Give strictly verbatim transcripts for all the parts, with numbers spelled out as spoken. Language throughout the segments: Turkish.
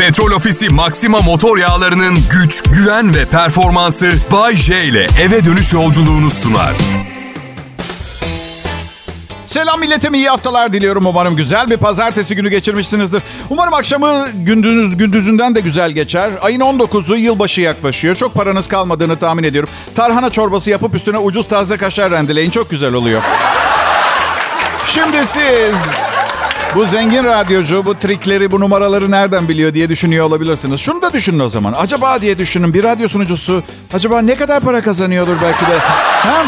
Petrol Ofisi Maxima motor yağlarının güç, güven ve performansı Bay J ile eve dönüş yolculuğunu sunar. Selam milletim, iyi haftalar diliyorum. Umarım güzel bir pazartesi günü geçirmişsinizdir. Umarım akşamı gündüz, gündüzünden de güzel geçer. Ayın on dokuzu, yılbaşı yaklaşıyor. Çok paranız kalmadığını tahmin ediyorum. Tarhana çorbası yapıp üstüne ucuz taze kaşar rendeleyin. Çok güzel oluyor. Şimdi siz bu zengin radyocu bu trikleri, bu numaraları nereden biliyor diye düşünüyor olabilirsiniz. Şunu da düşünün o zaman. Acaba diye düşünün, bir radyo sunucusu acaba ne kadar para kazanıyordur belki de. Ha?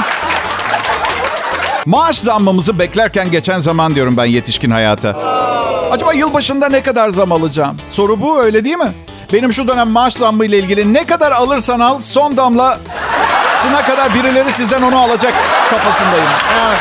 Maaş zammımızı beklerken geçen zaman diyorum ben yetişkin hayata. Acaba yılbaşında ne kadar zam alacağım? Soru bu, öyle değil mi? Benim şu dönem maaş zammı ile ilgili ne kadar alırsan al, son damla sına kadar birileri sizden onu alacak kafasındayım. Evet.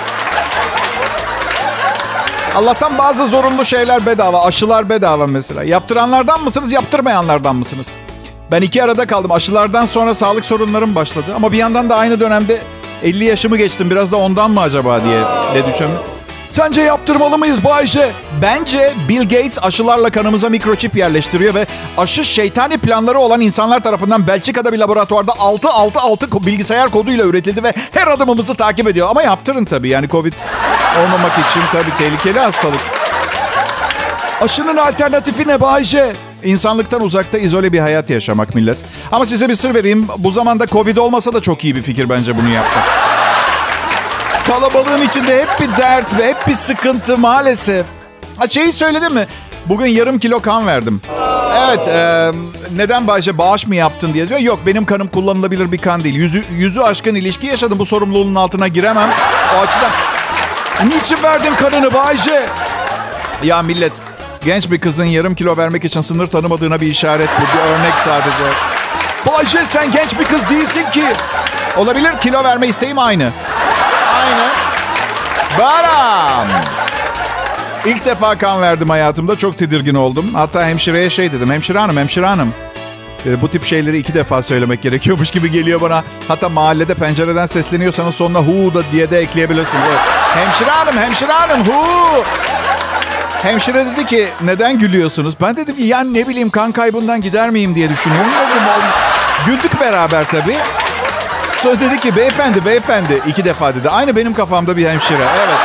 Allah'tan bazı zorunlu şeyler bedava. Aşılar bedava mesela. Yaptıranlardan mısınız, yaptırmayanlardan mısınız? Ben iki arada kaldım. Aşılardan sonra sağlık sorunlarım başladı. Ama bir yandan da aynı dönemde elli yaşımı geçtim. Biraz da ondan mı acaba diye de düşündüm. Sence yaptırmalı mıyız Bayşe? Bence Bill Gates aşılarla kanımıza mikroçip yerleştiriyor ve aşı şeytani planları olan insanlar tarafından Belçika'da bir laboratuvarda altı altı altı bilgisayar koduyla üretildi ve her adımımızı takip ediyor. Ama yaptırın tabii, yani Covid olmamak için tabii tehlikeli hastalık. Aşının alternatifi ne Bayşe? İnsanlıktan uzakta izole bir hayat yaşamak millet. Ama size bir sır vereyim. Bu zamanda Covid olmasa da çok iyi bir fikir bence bunu yapmak. Kalabalığın içinde hep bir dert ve hep bir sıkıntı maalesef. Ha, şeyi söyledim mi? Bugün yarım kilo kan verdim. Evet, e, neden Bayce, bağış mı yaptın diye diyor. Yok, benim kanım kullanılabilir bir kan değil. Yüzü, yüzü aşkın ilişki yaşadım. Bu sorumluluğun altına giremem. O açıdan. Niçin verdin kanını Bayce? Ya millet, genç bir kızın yarım kilo vermek için sınır tanımadığına bir işaret bu. Bir örnek sadece. Bayce, sen genç bir kız değilsin ki. Olabilir, kilo verme isteğim aynı. Aynı. Baram. İlk defa kan verdim hayatımda. Çok tedirgin oldum. Hatta hemşireye şey dedim. Hemşire hanım, hemşire hanım. Ee, bu tip şeyleri iki defa söylemek gerekiyormuş gibi geliyor bana. Hatta mahallede pencereden sesleniyorsanız sonuna hu da diye de ekleyebilirsiniz. Evet. Hemşire hanım, hemşire hanım, hu. Hemşire dedi ki, neden gülüyorsunuz? Ben dedim ki, yani ne bileyim, kan kaybından gider miyim diye düşünüyorum. Dedim, güldük beraber tabii. Sonra dedi ki, beyefendi, beyefendi. İki defa dedi. Aynı benim kafamda bir hemşire. Evet.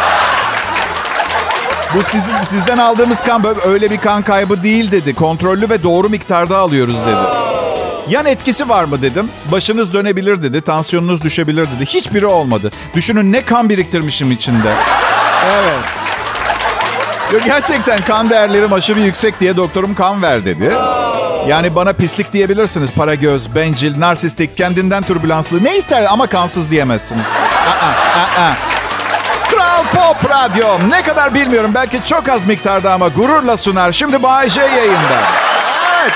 Bu sizin, sizden aldığımız kan böyle öyle bir kan kaybı değil dedi. Kontrollü ve doğru miktarda alıyoruz dedi. Yan etkisi var mı dedim. Başınız dönebilir dedi. Tansiyonunuz düşebilir dedi. Hiçbiri olmadı. Düşünün ne kan biriktirmişim içinde. Evet. Gerçekten kan değerlerim aşırı yüksek diye doktorum kan ver dedi. Yani bana pislik diyebilirsiniz. Paragöz, bencil, narsistik, kendinden türbülanslı. Ne ister ama kansız diyemezsiniz. Aa, aa, aa. Kral Pop Radyo. Ne kadar bilmiyorum. Belki çok az miktarda ama gururla sunar. Şimdi Bay J yayında. Evet.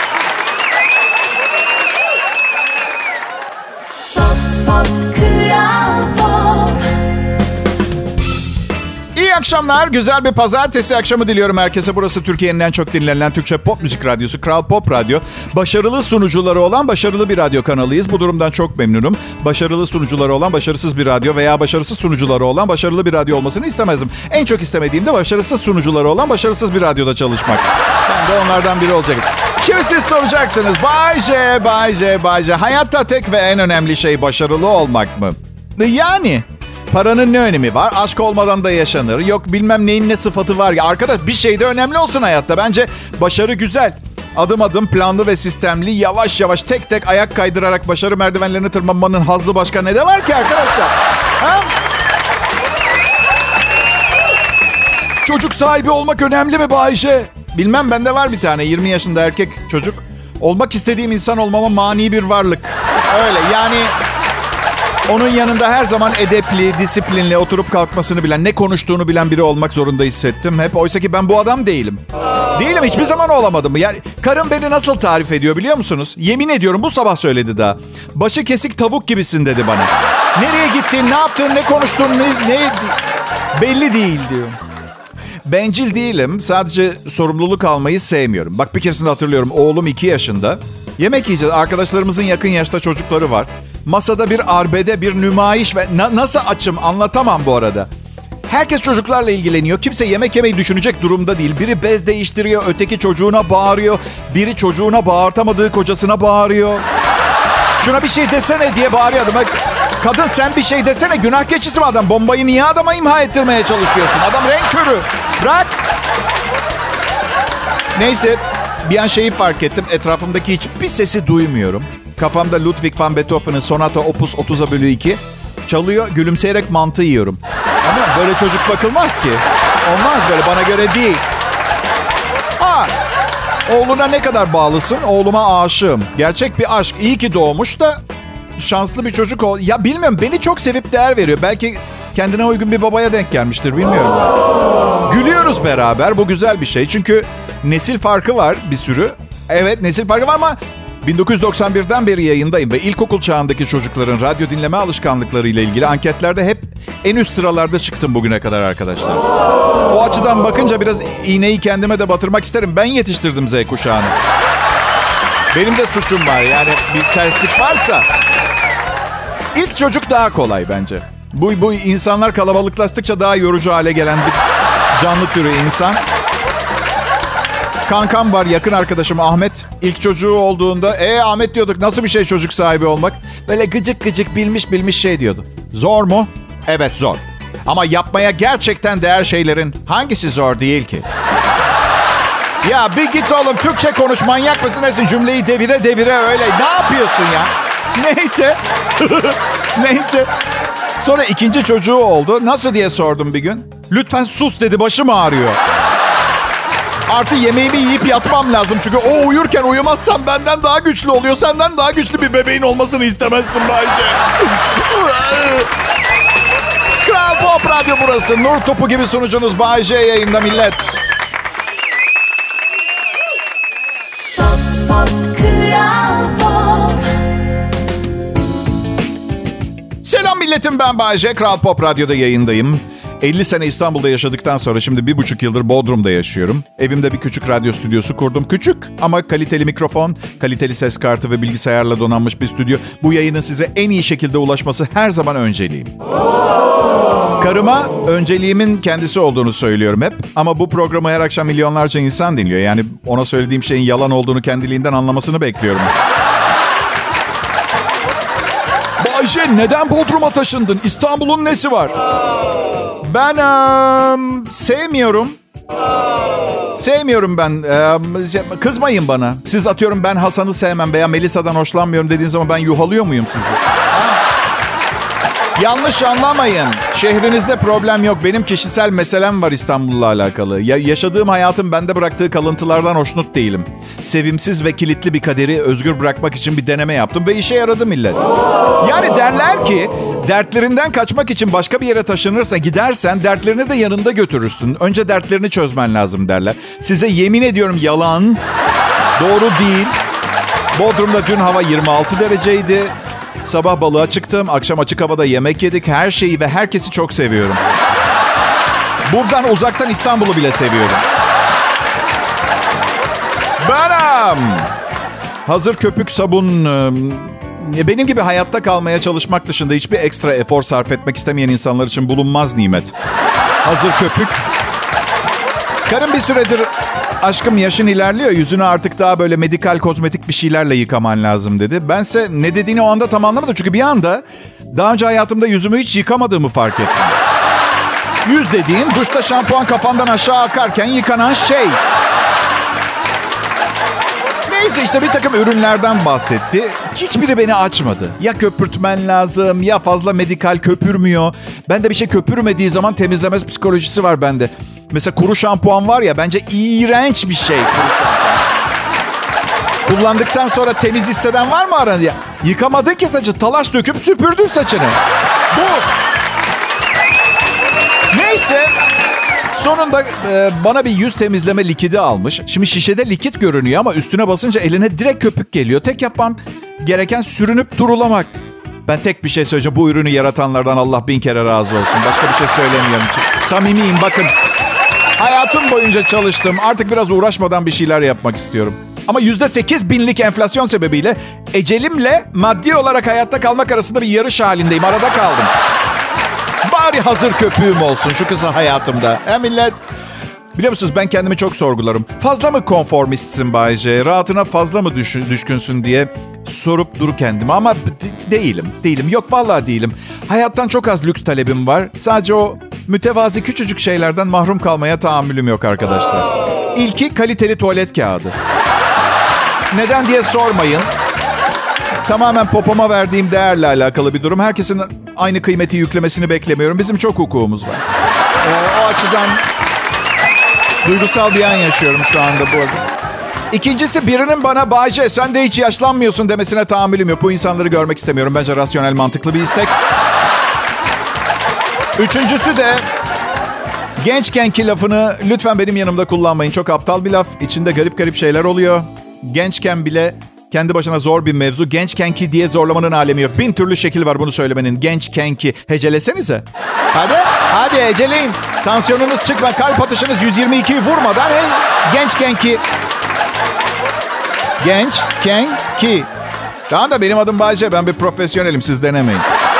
Pop, pop, Kral Pop. İyi akşamlar. Güzel bir pazartesi akşamı diliyorum herkese. Burası Türkiye'nin en çok dinlenen Türkçe pop müzik radyosu Kral Pop Radyo. Başarılı sunucuları olan başarılı bir radyo kanalıyız. Bu durumdan çok memnunum. Başarılı sunucuları olan başarısız bir radyo veya başarısız sunucuları olan başarılı bir radyo olmasını istemezdim. En çok istemediğim de başarısız sunucuları olan başarısız bir radyoda çalışmak. Ben de onlardan biri olacak. Şimdi siz soracaksınız. Bay J, Bay J, Bay J. Hayatta tek ve en önemli şey başarılı olmak mı? Yani... Paranın ne önemi var? Aşk olmadan da yaşanır. Yok bilmem neyin ne sıfatı var ya. Arkadaş, bir şey de önemli olsun hayatta. Bence başarı güzel. Adım adım planlı ve sistemli, yavaş yavaş tek tek ayak kaydırarak başarı merdivenlerini tırmanmanın hazzı başka ne de var ki arkadaşlar? Ha? Çocuk sahibi olmak önemli mi Bayşe? Bilmem, bende var bir tane yirmi yaşında erkek çocuk. Olmak istediğim insan olmama mani bir varlık. Öyle yani... Onun yanında her zaman edepli, disiplinli, oturup kalkmasını bilen, ne konuştuğunu bilen biri olmak zorunda hissettim. Hep oysa ki ben bu adam değilim. Değilim, hiçbir zaman olamadım. Yani karım beni nasıl tarif ediyor biliyor musunuz? Yemin ediyorum bu sabah söyledi daha. Başı kesik tavuk gibisin dedi bana. Nereye gittin, ne yaptın, ne konuştun, ne, ne belli değil diyor. Bencil değilim, sadece sorumluluk almayı sevmiyorum. Bak bir keresinde hatırlıyorum, oğlum iki yaşında. Yemek yiyeceğiz, arkadaşlarımızın yakın yaşta çocukları var. Masada bir arbede, bir nümayiş ve na- nasıl açım anlatamam bu arada. Herkes çocuklarla ilgileniyor. Kimse yemek yemeyi düşünecek durumda değil. Biri bez değiştiriyor, öteki çocuğuna bağırıyor. Biri çocuğuna bağırtamadığı kocasına bağırıyor. Şuna bir şey desene diye bağırıyor adam. Kadın sen bir şey desene, günah keçisi mi adam? Bombayı niye adama imha ettirmeye çalışıyorsun? Adam renk körü. Bırak. Neyse, bir an şeyi fark ettim. Etrafımdaki hiçbir sesi duymuyorum. Kafamda Ludwig van Beethoven'ın Sonata Opus otuza bölü iki çalıyor. Gülümseyerek mantı yiyorum. Ama böyle çocuk bakılmaz ki. Olmaz, böyle bana göre değil. Ha, oğluna ne kadar bağlısın? Oğluma aşığım. Gerçek bir aşk. İyi ki doğmuş da şanslı bir çocuk ol. Ya bilmiyorum, beni çok sevip değer veriyor. Belki kendine uygun bir babaya denk gelmiştir, bilmiyorum. Gülüyoruz beraber, bu güzel bir şey. Çünkü nesil farkı var bir sürü. Evet, nesil farkı var ama bin dokuz yüz doksan birden beri yayındayım ve ilkokul çağındaki çocukların radyo dinleme alışkanlıkları ile ilgili anketlerde hep en üst sıralarda çıktım bugüne kadar arkadaşlar. O açıdan bakınca biraz iğneyi kendime de batırmak isterim. Ben yetiştirdim Z kuşağını. Benim de suçum var, yani bir terslik varsa. İlk çocuk daha kolay bence. Bu, bu insanlar kalabalıklaştıkça daha yorucu hale gelen bir canlı türü insan. Kankam var, yakın arkadaşım Ahmet. İlk çocuğu olduğunda, e Ahmet diyorduk, nasıl bir şey çocuk sahibi olmak? Böyle gıcık gıcık bilmiş bilmiş şey diyordu. Zor mu? Evet zor. Ama yapmaya gerçekten değer şeylerin hangisi zor değil ki? Ya bir git oğlum, Türkçe konuş, manyak mısın nesin? Cümleyi devire devire öyle. Ne yapıyorsun ya? Neyse. Neyse. Sonra ikinci çocuğu oldu. Nasıl diye sordum bir gün. Lütfen sus dedi, başım ağrıyor. Artı yemeğimi yiyip yatmam lazım. Çünkü o uyurken uyumazsam benden daha güçlü oluyor. Senden daha güçlü bir bebeğin olmasını istemezsin Bayce. Kral Pop Radyo burası. Nur topu gibi sunucunuz Bayce yayında millet. Pop, pop, Kral Pop. Selam milletim, ben Bayce. Kral Pop Radyo'da yayındayım. elli sene İstanbul'da yaşadıktan sonra şimdi bir buçuk yıldır Bodrum'da yaşıyorum. Evimde bir küçük radyo stüdyosu kurdum. Küçük ama kaliteli mikrofon, kaliteli ses kartı ve bilgisayarla donanmış bir stüdyo. Bu yayının size en iyi şekilde ulaşması her zaman önceliğim. Karıma önceliğimin kendisi olduğunu söylüyorum hep. Ama bu programı her akşam milyonlarca insan dinliyor. Yani ona söylediğim şeyin yalan olduğunu kendiliğinden anlamasını bekliyorum. Bayce, neden Bodrum'a taşındın? İstanbul'un nesi var? Ben um, sevmiyorum. Sevmiyorum ben. Um, kızmayın bana. Siz atıyorum ben Hasan'ı sevmem veya Melisa'dan hoşlanmıyorum dediğiniz zaman ben yuhalıyor muyum sizi? Yanlış anlamayın. Şehrinizde problem yok. Benim kişisel meselem var İstanbul'la alakalı. Ya, yaşadığım hayatın bende bıraktığı kalıntılardan hoşnut değilim. Sevimsiz ve kilitli bir kaderi özgür bırakmak için bir deneme yaptım ve işe yaradı millet. Yani derler ki dertlerinden kaçmak için başka bir yere taşınırsa gidersen dertlerini de yanında götürürsün. Önce dertlerini çözmen lazım derler. Size yemin ediyorum yalan. Doğru değil. Bodrum'da dün hava yirmi altı dereceydi. Sabah balığa çıktım, akşam açık havada yemek yedik. Her şeyi ve herkesi çok seviyorum. Buradan uzaktan İstanbul'u bile seviyorum. Benim. Hazır köpük sabun. Benim gibi hayatta kalmaya çalışmak dışında hiçbir ekstra efor sarf etmek istemeyen insanlar için bulunmaz nimet. Hazır köpük. Karım bir süredir aşkım yaşın ilerliyor. Yüzünü artık daha böyle medikal kozmetik bir şeylerle yıkaman lazım dedi. Bense ne dediğini o anda tam anlamadım. Çünkü bir anda daha önce hayatımda yüzümü hiç yıkamadığımı fark ettim. Yüz dediğin duşta şampuan kafandan aşağı akarken yıkanan şey. Neyse işte bir takım ürünlerden bahsetti. Hiçbiri beni açmadı. Ya köpürtmen lazım ya fazla medikal köpürmüyor. Bende bir şey köpürmediği zaman temizlemez psikolojisi var bende. Mesela kuru şampuan var ya, bence iğrenç bir şey kuru şampuan. Kullandıktan sonra temiz hisseden var mı aranızda? Yıkamadın ki saçı, talaş döküp süpürdün saçını. Bu. Neyse. Sonunda e, bana bir yüz temizleme likidi almış. Şimdi şişede likit görünüyor ama üstüne basınca eline direkt köpük geliyor. Tek yapmam gereken sürünüp durulamak. Ben tek bir şey söyleyeceğim. Bu ürünü yaratanlardan Allah bin kere razı olsun. Başka bir şey söylemiyorum. Samimiyim bakın. Hayatım boyunca çalıştım. Artık biraz uğraşmadan bir şeyler yapmak istiyorum. Ama yüzde sekiz binlik enflasyon sebebiyle ecelimle maddi olarak hayatta kalmak arasında bir yarış halindeyim. Arada kaldım. Bari hazır köpüğüm olsun şu kısa hayatımda. He millet? Biliyor musunuz ben kendimi çok sorgularım. Fazla mı konformistsin Bay J? Rahatına fazla mı düş- düşkünsün diye sorup dur kendime. Ama de- değilim, değilim. Yok vallahi değilim. Hayattan çok az lüks talebim var. Sadece o mütevazi küçücük şeylerden mahrum kalmaya tahammülüm yok arkadaşlar. İlki kaliteli tuvalet kağıdı. Neden diye sormayın. Tamamen popoma verdiğim değerle alakalı bir durum. Herkesin aynı kıymeti yüklemesini beklemiyorum. Bizim çok hukukumuz var. Ee, o açıdan duygusal bir an yaşıyorum şu anda bu arada. İkincisi birinin bana Bayce sen de hiç yaşlanmıyorsun demesine tahammülüm yok. Bu insanları görmek istemiyorum. Bence rasyonel mantıklı bir istek. Üçüncüsü de gençkenki lafını lütfen benim yanımda kullanmayın. Çok aptal bir laf. İçinde garip garip şeyler oluyor. Gençken bile kendi başına zor bir mevzu. Gençkenki diye zorlamanın alemi yok. Bin türlü şekil var bunu söylemenin. Gençkenki. Hecelesenize. Hadi. Hadi heceleyin. Tansiyonunuz çıkma. Kalp atışınız yüz yirmi ikiyi vurmadan. Hey, gençkenki. Gençkenki. Tamam da benim adım Bayce. Ben bir profesyonelim. Siz denemeyin.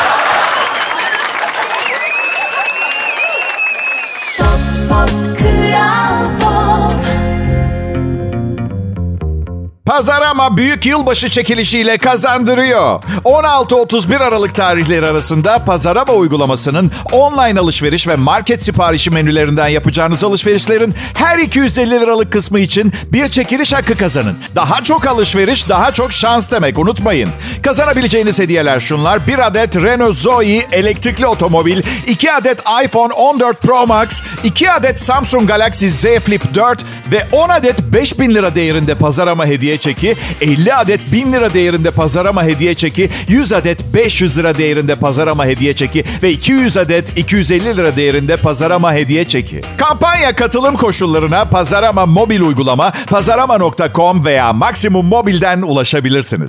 Pazarama büyük yılbaşı çekilişiyle kazandırıyor. on altı otuz bir Aralık tarihleri arasında Pazarama uygulamasının online alışveriş ve market siparişi menülerinden yapacağınız alışverişlerin her iki yüz elli liralık kısmı için bir çekiliş hakkı kazanın. Daha çok alışveriş, daha çok şans demek, unutmayın. Kazanabileceğiniz hediyeler şunlar: bir adet Renault Zoe elektrikli otomobil, iki adet iPhone on dört Pro Max, iki adet Samsung Galaxy Z Flip dört ve on adet beş bin lira değerinde Pazarama hediye çeki, elli adet bin lira değerinde Pazarama hediye çeki, yüz adet beş yüz lira değerinde Pazarama hediye çeki ve iki yüz adet iki yüz elli lira değerinde Pazarama hediye çeki. Kampanya katılım koşullarına Pazarama mobil uygulama, pazarama nokta com veya Maksimum Mobil'den ulaşabilirsiniz.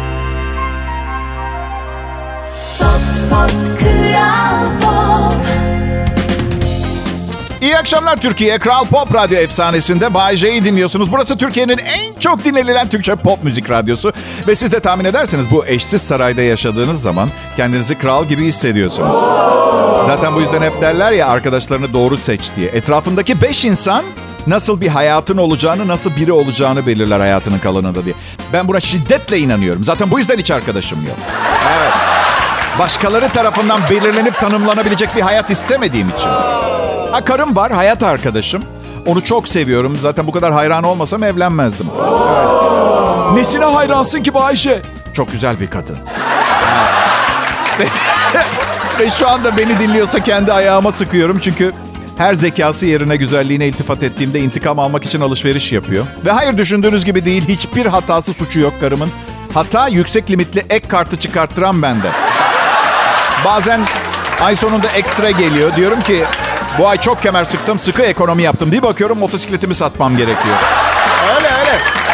İyi akşamlar Türkiye. Kral Pop Radyo efsanesinde Bay J'yi dinliyorsunuz. Burası Türkiye'nin en çok dinlenilen Türkçe pop müzik radyosu. Ve siz de tahmin ederseniz bu eşsiz sarayda yaşadığınız zaman kendinizi kral gibi hissediyorsunuz. Zaten bu yüzden hep derler ya arkadaşlarını doğru seç diye. Etrafındaki beş insan nasıl bir hayatın olacağını, nasıl biri olacağını belirler hayatının kalanında diye. Ben buna şiddetle inanıyorum. Zaten bu yüzden hiç arkadaşım yok. Evet. Başkaları tarafından belirlenip tanımlanabilecek bir hayat istemediğim için. Ha, karım var, hayat arkadaşım. Onu çok seviyorum. Zaten bu kadar hayran olmasam evlenmezdim. Öyle. Nesine hayransın ki Bayşe? Çok güzel bir kadın. ve, ve şu anda beni dinliyorsa kendi ayağıma sıkıyorum. Çünkü her zekası yerine güzelliğine iltifat ettiğimde intikam almak için alışveriş yapıyor. Ve hayır, düşündüğünüz gibi değil. Hiçbir hatası, suçu yok karımın. Hata yüksek limitli ek kartı çıkarttıran bende. Bazen ay sonunda ekstra geliyor. Diyorum ki bu ay çok kemer sıktım, sıkı ekonomi yaptım diye bakıyorum motosikletimi satmam gerekiyor. Öyle öyle.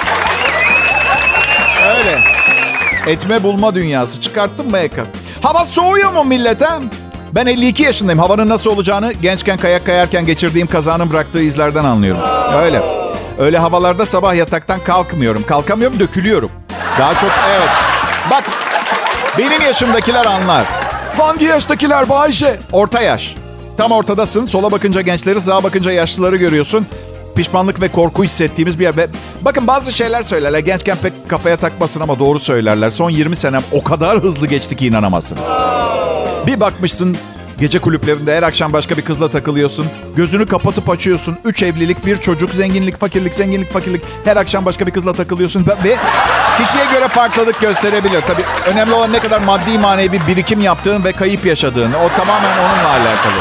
Öyle. Etme bulma dünyası. Çıkarttım mı eka? Hava soğuyor mu millete? Ben elli iki yaşındayım. Havanın nasıl olacağını gençken kayak kayarken geçirdiğim kazanın bıraktığı izlerden anlıyorum. Öyle. Öyle havalarda sabah yataktan kalkmıyorum. Kalkamıyorum, dökülüyorum. Daha çok evet. Bak, benim yaşımdakiler anlar. Hangi yaştakiler Bayşe? Orta yaş. Tam ortadasın. Sola bakınca gençleri, sağa bakınca yaşlıları görüyorsun. Pişmanlık ve korku hissettiğimiz bir yer. Bakın bazı şeyler söylerler. Gençken pek kafaya takmasın ama doğru söylerler. Son yirmi senem o kadar hızlı geçti ki inanamazsınız. Bir bakmışsın gece kulüplerinde her akşam başka bir kızla takılıyorsun. Gözünü kapatıp açıyorsun. Üç evlilik, bir çocuk, zenginlik, fakirlik, zenginlik, fakirlik. Her akşam başka bir kızla takılıyorsun. Ve kişiye göre farklılık gösterebilir. Tabii önemli olan ne kadar maddi manevi birikim yaptığın ve kayıp yaşadığın. O tamamen onunla alakalı.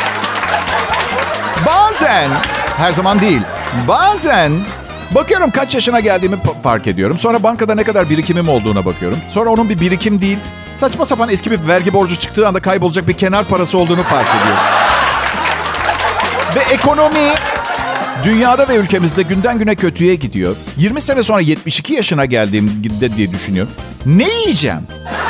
Bazen, her zaman değil, bazen bakıyorum kaç yaşına geldiğimi fark ediyorum. Sonra bankada ne kadar birikimim olduğuna bakıyorum. Sonra onun bir birikim değil, saçma sapan eski bir vergi borcu çıktığı anda kaybolacak bir kenar parası olduğunu fark ediyorum. Ve ekonomi dünyada ve ülkemizde günden güne kötüye gidiyor. yirmi sene sonra yetmiş iki yaşına geldiğimde diye düşünüyorum. Ne yiyeceğim?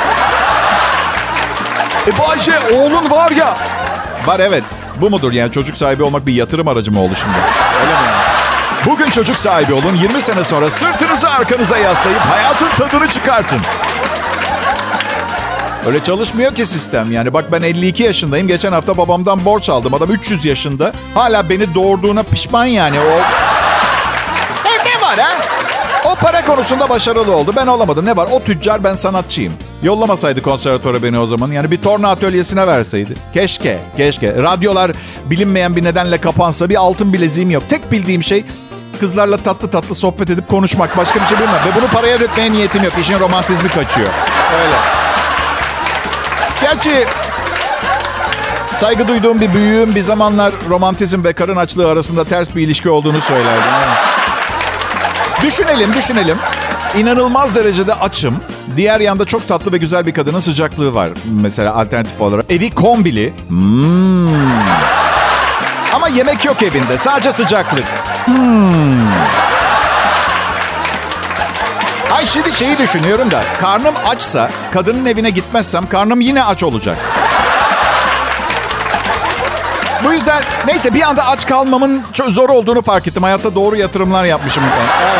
E Bayşe, oğlun var ya. Var evet. Bu mudur yani, çocuk sahibi olmak bir yatırım aracı mı oldu şimdi? Öyle mi yani? Bugün çocuk sahibi olun. yirmi sene sonra sırtınızı arkanıza yaslayıp hayatın tadını çıkartın. Öyle çalışmıyor ki sistem yani. Bak ben elli iki yaşındayım. Geçen hafta babamdan borç aldım. Adam üç yüz yaşında. Hala beni doğurduğuna pişman yani. O... E, ne var ha? O para konusunda başarılı oldu. Ben olamadım. Ne var? O tüccar, ben sanatçıyım. Yollamasaydı konservatöre beni o zaman. Yani bir torna atölyesine verseydi. Keşke, keşke. Radyolar bilinmeyen bir nedenle kapansa, bir altın bileziğim yok. Tek bildiğim şey kızlarla tatlı tatlı sohbet edip konuşmak. Başka bir şey bilmem. Ve bunu paraya dökmeye niyetim yok. İşin romantizmi kaçıyor. Öyle. Gerçi saygı duyduğum bir büyüğüm bir zamanlar romantizm ve karın açlığı arasında ters bir ilişki olduğunu söylerdi. Düşünelim, düşünelim. İnanılmaz derecede açım. Diğer yanda çok tatlı ve güzel bir kadının sıcaklığı var. Mesela alternatif olarak. Evi kombili. Hmm. Ama yemek yok evinde. Sadece sıcaklık. Hmm. Ay şimdi şeyi düşünüyorum da. Karnım açsa, kadının evine gitmezsem karnım yine aç olacak. Bu yüzden neyse bir anda aç kalmamın çok zor olduğunu fark ettim. Hayatta doğru yatırımlar yapmışım. Evet.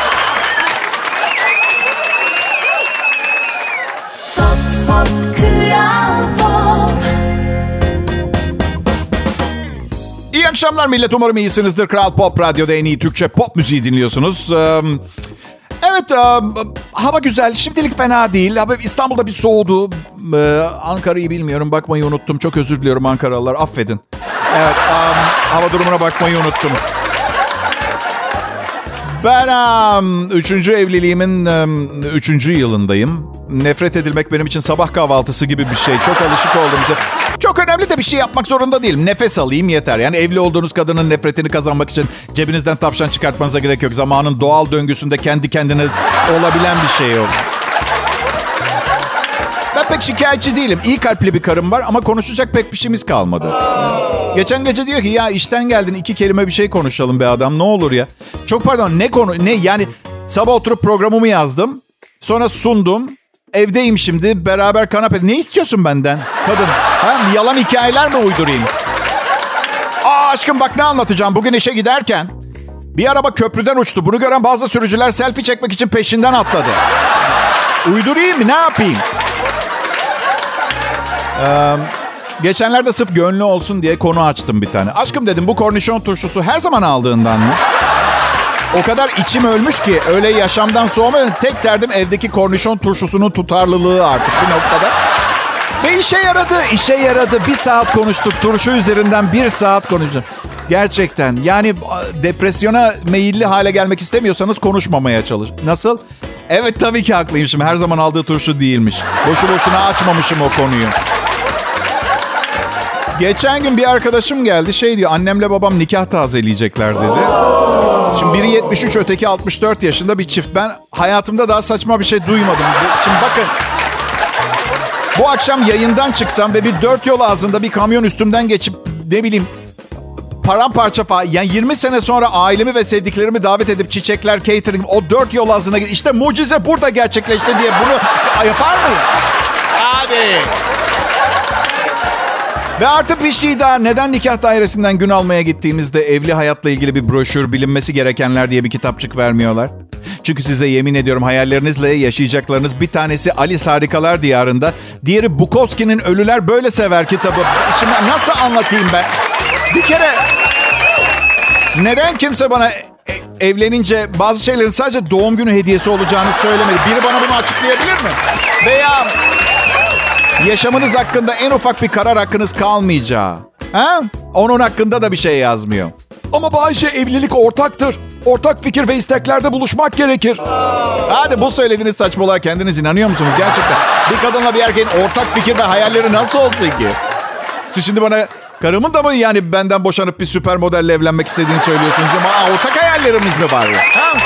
İyi akşamlar millet. Umarım iyisinizdir. Kral Pop Radyo'da en iyi Türkçe pop müziği dinliyorsunuz. Evet, hava güzel. Şimdilik fena değil. İstanbul'da bir soğudu. Ankara'yı bilmiyorum. Bakmayı unuttum. Çok özür diliyorum Ankaralılar. Affedin. Evet, hava durumuna bakmayı unuttum. Ben um, üçüncü evliliğimin um, üçüncü yılındayım. Nefret edilmek benim için sabah kahvaltısı gibi bir şey. Çok alışık olduğum şey. Çok önemli de bir şey yapmak zorunda değilim. Nefes alayım yeter. Yani evli olduğunuz kadının nefretini kazanmak için cebinizden tavşan çıkartmanıza gerek yok. Zamanın doğal döngüsünde kendi kendine olabilen bir şey o. Ben pek şikayetçi değilim. İyi kalpli bir karım var ama konuşacak pek bir şeyimiz kalmadı. Geçen gece diyor ki ya işten geldin iki kelime bir şey konuşalım be adam ne olur ya. Çok pardon ne konu ne yani sabah oturup programımı yazdım. Sonra sundum. Evdeyim şimdi beraber kanepede. Ne istiyorsun benden kadın? Ha, yalan hikayeler mi uydurayım? Aa aşkım bak ne anlatacağım. Bugün işe giderken bir araba köprüden uçtu. Bunu gören bazı sürücüler selfie çekmek için peşinden atladı. Uydurayım mı ne yapayım? Ee, geçenlerde sırf gönlü olsun diye konu açtım bir tane. Aşkım dedim bu kornişon turşusu her zaman aldığından mı? O kadar içim ölmüş ki öyle yaşamdan soğuma. Tek derdim evdeki kornişon turşusunun tutarlılığı artık bir noktada. Ve işe yaradı, işe yaradı. Bir saat konuştuk. Turşu üzerinden bir saat konuştuk. Gerçekten yani depresyona meyilli hale gelmek istemiyorsanız konuşmamaya çalış. Nasıl? Evet tabii ki haklıymışım. Her zaman aldığı turşu değilmiş. Boşu boşuna açmamışım o konuyu. Geçen gün bir arkadaşım geldi. Şey diyor annemle babam nikah tazeleyecekler dedi. Şimdi biri yetmiş üç öteki altmış dört yaşında bir çift. Ben hayatımda daha saçma bir şey duymadım. Şimdi bakın. Bu akşam yayından çıksam ve bir dört yol ağzında bir kamyon üstümden geçip ne bileyim paramparça falan. Yani yirmi sene sonra ailemi ve sevdiklerimi davet edip çiçekler, catering o dört yol ağzına işte mucize burada gerçekleşti diye bunu yapar mıyım? Hadi. Ve artık bir şey daha. Neden nikah dairesinden gün almaya gittiğimizde evli hayatla ilgili bir broşür, bilinmesi gerekenler diye bir kitapçık vermiyorlar? Çünkü size yemin ediyorum hayallerinizle yaşayacaklarınız bir tanesi Alice Harikalar Diyarı'nda. Diğeri Bukowski'nin Ölüler Böyle Sever kitabı. Şimdi nasıl anlatayım ben? Bir kere neden kimse bana evlenince bazı şeylerin sadece doğum günü hediyesi olacağını söylemedi? Biri bana bunu açıklayabilir mi? Veya yaşamınız hakkında en ufak bir karar hakkınız kalmayacağı. Ha? Onun hakkında da bir şey yazmıyor. Ama Bayce evlilik ortaktır. Ortak fikir ve isteklerde buluşmak gerekir. Hadi bu söylediğiniz saçmalığa kendiniz inanıyor musunuz gerçekten? Bir kadınla bir erkeğin ortak fikir ve hayalleri nasıl olsun ki? Siz şimdi bana karımın da mı yani benden boşanıp bir süper modelle evlenmek istediğini söylüyorsunuz? Ama ortak hayallerimiz mi var ya? Ha?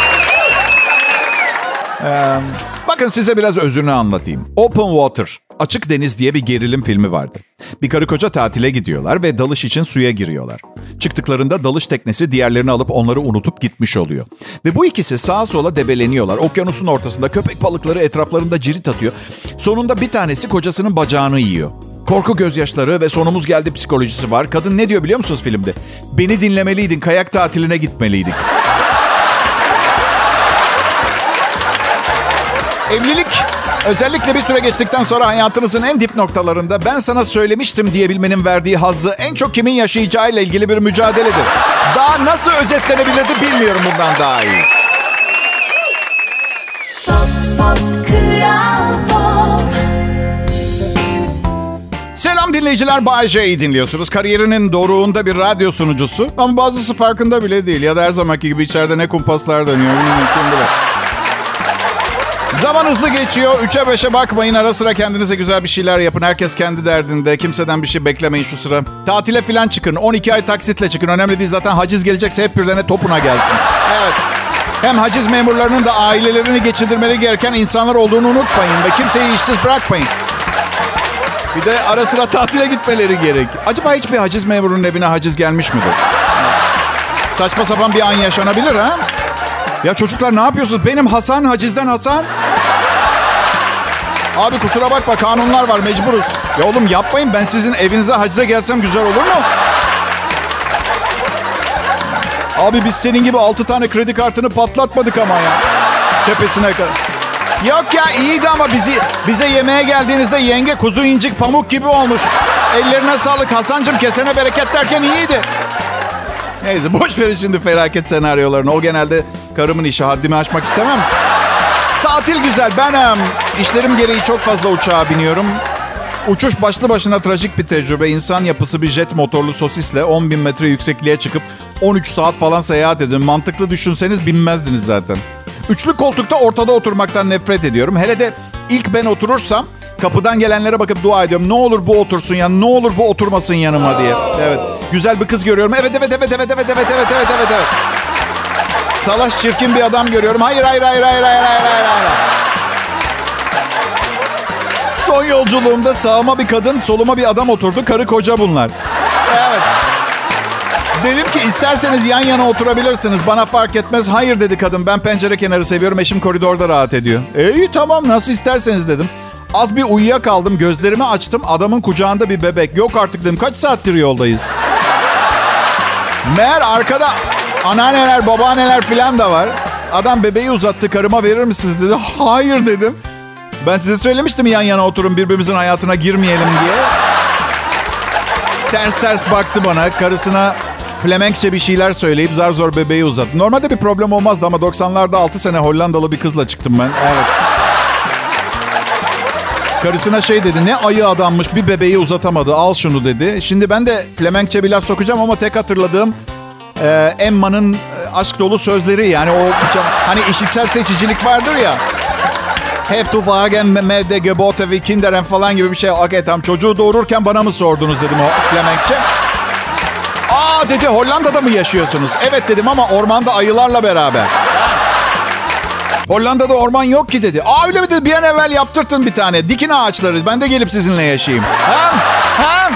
Ee, bakın size biraz özünü anlatayım. Open Water, Açık Deniz diye bir gerilim filmi vardı. Bir karı koca tatile gidiyorlar ve dalış için suya giriyorlar. Çıktıklarında dalış teknesi diğerlerini alıp onları unutup gitmiş oluyor. Ve bu ikisi sağa sola debeleniyorlar. Okyanusun ortasında köpek balıkları etraflarında cirit atıyor. Sonunda bir tanesi kocasının bacağını yiyor. Korku gözyaşları ve sonumuz geldi psikolojisi var. Kadın ne diyor biliyor musunuz filmde? Beni dinlemeliydin, kayak tatiline gitmeliydik. Evlilik Özellikle bir süre geçtikten sonra hayatınızın en dip noktalarında ben sana söylemiştim diyebilmenin verdiği hazzı en çok kimin yaşayacağıyla ilgili bir mücadeledir. Daha nasıl özetlenebilirdi bilmiyorum bundan daha iyi. Pop, pop, Kral Pop. Selam dinleyiciler, Bay J'yi dinliyorsunuz. Kariyerinin doruğunda bir radyo sunucusu. Ama bazısı farkında bile değil. Ya da her zamanki gibi içeride ne kumpaslar dönüyor. Bilmiyorum, kim bilir. Zaman hızlı geçiyor. Üçe beşe bakmayın. Ara sıra kendinize güzel bir şeyler yapın. Herkes kendi derdinde. Kimseden bir şey beklemeyin şu sıra. Tatile falan çıkın. on iki ay taksitle çıkın. Önemli değil, zaten haciz gelecekse hep birden topuna gelsin. Evet. Hem haciz memurlarının da ailelerini geçindirmeli gereken insanlar olduğunu unutmayın. Ve kimseyi işsiz bırakmayın. Bir de ara sıra tatile gitmeleri gerek. Acaba hiçbir haciz memurunun evine haciz gelmiş midir? Saçma sapan bir an yaşanabilir ha? Ya çocuklar ne yapıyorsunuz? Benim Hasan, hacizden Hasan. Abi kusura bakma, kanunlar var, mecburuz. Ya oğlum yapmayın, ben sizin evinize hacize gelsem güzel olur mu? Abi biz senin gibi altı tane kredi kartını patlatmadık ama ya. Tepesine kadar. Yok ya, iyiydi ama bizi bize yemeğe geldiğinizde yenge kuzu incik pamuk gibi olmuş. Ellerine sağlık Hasancığım, kesene bereket derken iyiydi. Neyse boş verin şimdi felaket senaryolarını. O genelde karımın işi, haddimi aşmak istemem. Tatil güzel. Ben um, işlerim gereği çok fazla uçağa biniyorum. Uçuş başlı başına trajik bir tecrübe. İnsan yapısı bir jet motorlu sosisle on bin metre yüksekliğe çıkıp on üç saat falan seyahat ediyorum. Mantıklı düşünseniz binmezdiniz zaten. Üçlü koltukta ortada oturmaktan nefret ediyorum. Hele de ilk ben oturursam kapıdan gelenlere bakıp dua ediyorum. Ne olur bu otursun ya, ne olur bu oturmasın yanıma diye. Evet, güzel bir kız görüyorum. Evet, evet, evet, evet, evet, evet, evet, evet, evet, evet. Salaş çirkin bir adam görüyorum. Hayır, hayır, hayır, hayır, hayır, hayır, hayır, hayır. Son yolculuğumda sağıma bir kadın, soluma bir adam oturdu. Karı koca bunlar. Evet. Dedim ki isterseniz yan yana oturabilirsiniz. Bana fark etmez. Hayır dedi kadın. Ben pencere kenarı seviyorum. Eşim koridorda rahat ediyor. İyi tamam, nasıl isterseniz dedim. Az bir uyuyakaldım. Gözlerimi açtım. Adamın kucağında bir bebek. Yok artık dedim. Kaç saattir yoldayız? Meğer arkada anneanneler, babaanneler falan da var. Adam bebeği uzattı. Karıma verir misiniz dedi. Hayır dedim. Ben size söylemiştim yan yana oturun, birbirimizin hayatına girmeyelim diye. Ters ters baktı bana. Karısına Flemenkçe bir şeyler söyleyip zar zor bebeği uzattı. Normalde bir problem olmazdı ama doksanlarda altı sene Hollandalı bir kızla çıktım ben. Evet. Karısına şey dedi, ne ayı adammış, bir bebeği uzatamadı, al şunu dedi. Şimdi ben de Flemenkçe bir laf sokacağım ama tek hatırladığım e, Emma'nın e, aşk dolu sözleri. Yani o hani işitsel seçicilik vardır ya. Have to wagen med de gebote wie kinderen falan gibi bir şey. Okay, tam çocuğu doğururken bana mı sordunuz dedim o Flemenkçe. Aa dedi, Hollanda'da mı yaşıyorsunuz? Evet dedim ama ormanda ayılarla beraber. Hollanda'da orman yok ki dedi. Aa öyle mi dedi, bir an evvel yaptırtın bir tane. Dikin ağaçları, ben de gelip sizinle yaşayayım. Ha? Ha?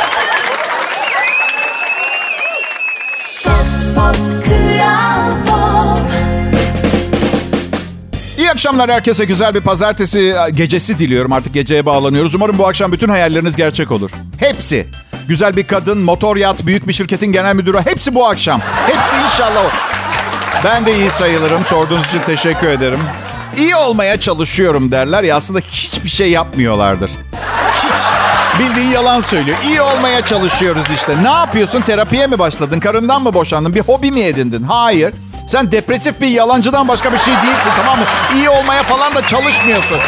Pop, Kral Pop. İyi akşamlar herkese, güzel bir pazartesi gecesi diliyorum. Artık geceye bağlanıyoruz. Umarım bu akşam bütün hayalleriniz gerçek olur. Hepsi. Güzel bir kadın, motor yat, büyük bir şirketin genel müdürü. Hepsi bu akşam. Hepsi inşallah. Ben de iyi sayılırım. Sorduğunuz için teşekkür ederim. İyi olmaya çalışıyorum derler ya, aslında hiçbir şey yapmıyorlardır. Hiç. Bildiğin yalan söylüyor. İyi olmaya çalışıyoruz işte. Ne yapıyorsun? Terapiye mi başladın? Karından mı boşandın? Bir hobi mi edindin? Hayır. Sen depresif bir yalancıdan başka bir şey değilsin, tamam mı? İyi olmaya falan da çalışmıyorsun.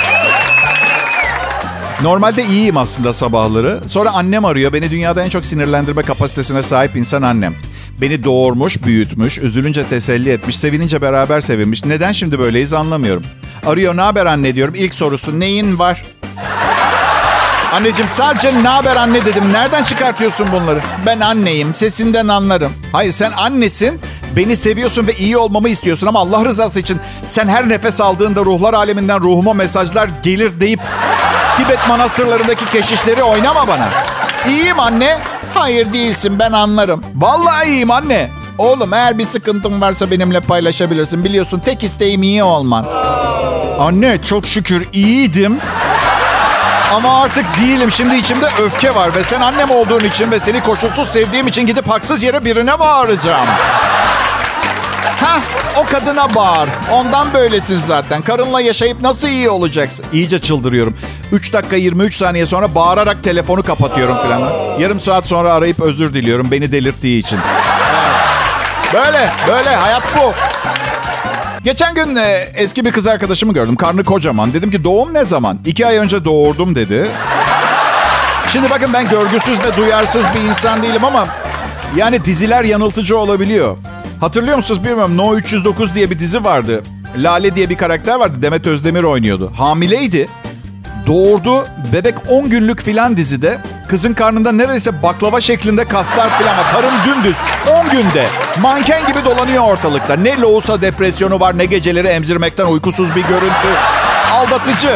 Normalde iyiyim aslında sabahları. Sonra annem arıyor. Beni dünyada en çok sinirlendirme kapasitesine sahip insan annem. Beni doğurmuş, büyütmüş, üzülünce teselli etmiş, sevinince beraber sevinmiş. Neden şimdi böyleyiz anlamıyorum. Arıyor, ne haber anne diyorum. İlk sorusu, neyin var? Anneciğim sadece ne haber anne dedim. Nereden çıkartıyorsun bunları? Ben anneyim, sesinden anlarım. Hayır, sen annesin, beni seviyorsun ve iyi olmamı istiyorsun. Ama Allah rızası için sen her nefes aldığında ruhlar aleminden ruhuma mesajlar gelir deyip Tibet manastırlarındaki keşişleri oynama bana. İyiyim anne. Hayır değilsin, ben anlarım. Vallahi iyiyim anne. Oğlum eğer bir sıkıntın varsa benimle paylaşabilirsin. Biliyorsun tek isteğim iyi olman. Anne çok şükür iyiydim. Ama artık değilim. Şimdi içimde öfke var. Ve sen annem olduğun için ve seni koşulsuz sevdiğim için gidip haksız yere birine bağıracağım. Hah, o kadına bağır. Ondan böylesin zaten. Karınla yaşayıp nasıl iyi olacaksın? İyice çıldırıyorum. üç dakika yirmi üç saniye sonra bağırarak telefonu kapatıyorum falan. Yarım saat sonra arayıp özür diliyorum beni delirttiği için. Böyle, böyle. Hayat bu. Geçen gün e, eski bir kız arkadaşımı gördüm. Karnı kocaman. Dedim ki doğum ne zaman? İki ay önce doğurdum dedi. Şimdi bakın ben görgüsüz ve duyarsız bir insan değilim ama... Yani diziler yanıltıcı olabiliyor. Hatırlıyor musunuz bilmiyorum. No üç yüz dokuz diye bir dizi vardı. Lale diye bir karakter vardı. Demet Özdemir oynuyordu. Hamileydi. Doğurdu. Bebek on günlük filan dizide. Kızın karnında neredeyse baklava şeklinde kaslar filan. Karın dümdüz. on günde. Manken gibi dolanıyor ortalıkta. Ne lohusa depresyonu var ne geceleri emzirmekten uykusuz bir görüntü. Aldatıcı.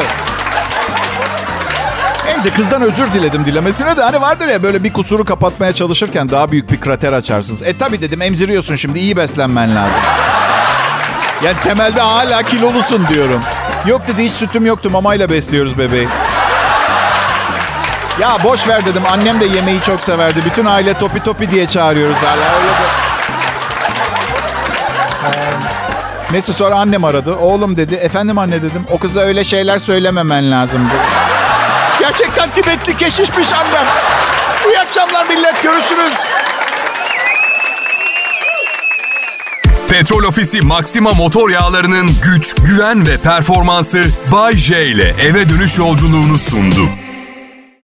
Neyse kızdan özür diledim dilemesine de hani vardır ya böyle bir kusuru kapatmaya çalışırken daha büyük bir krater açarsınız. E tabii dedim emziriyorsun şimdi iyi beslenmen lazım. Yani temelde hala kilolusun diyorum. Yok dedi hiç sütüm yoktu mamayla besliyoruz bebeği. Ya boş ver dedim annem de yemeği çok severdi. Bütün aile topi topi diye çağırıyoruz hala öyle de. Neyse sonra annem aradı. Oğlum dedi. Efendim anne dedim. O kıza öyle şeyler söylememen lazım dedi. Gerçekten Tibetli keşişmiş annem. İyi akşamlar millet. Görüşürüz. Petrol Ofisi Maxima motor yağlarının güç, güven ve performansı Bay J ile eve dönüş yolculuğunu sundu.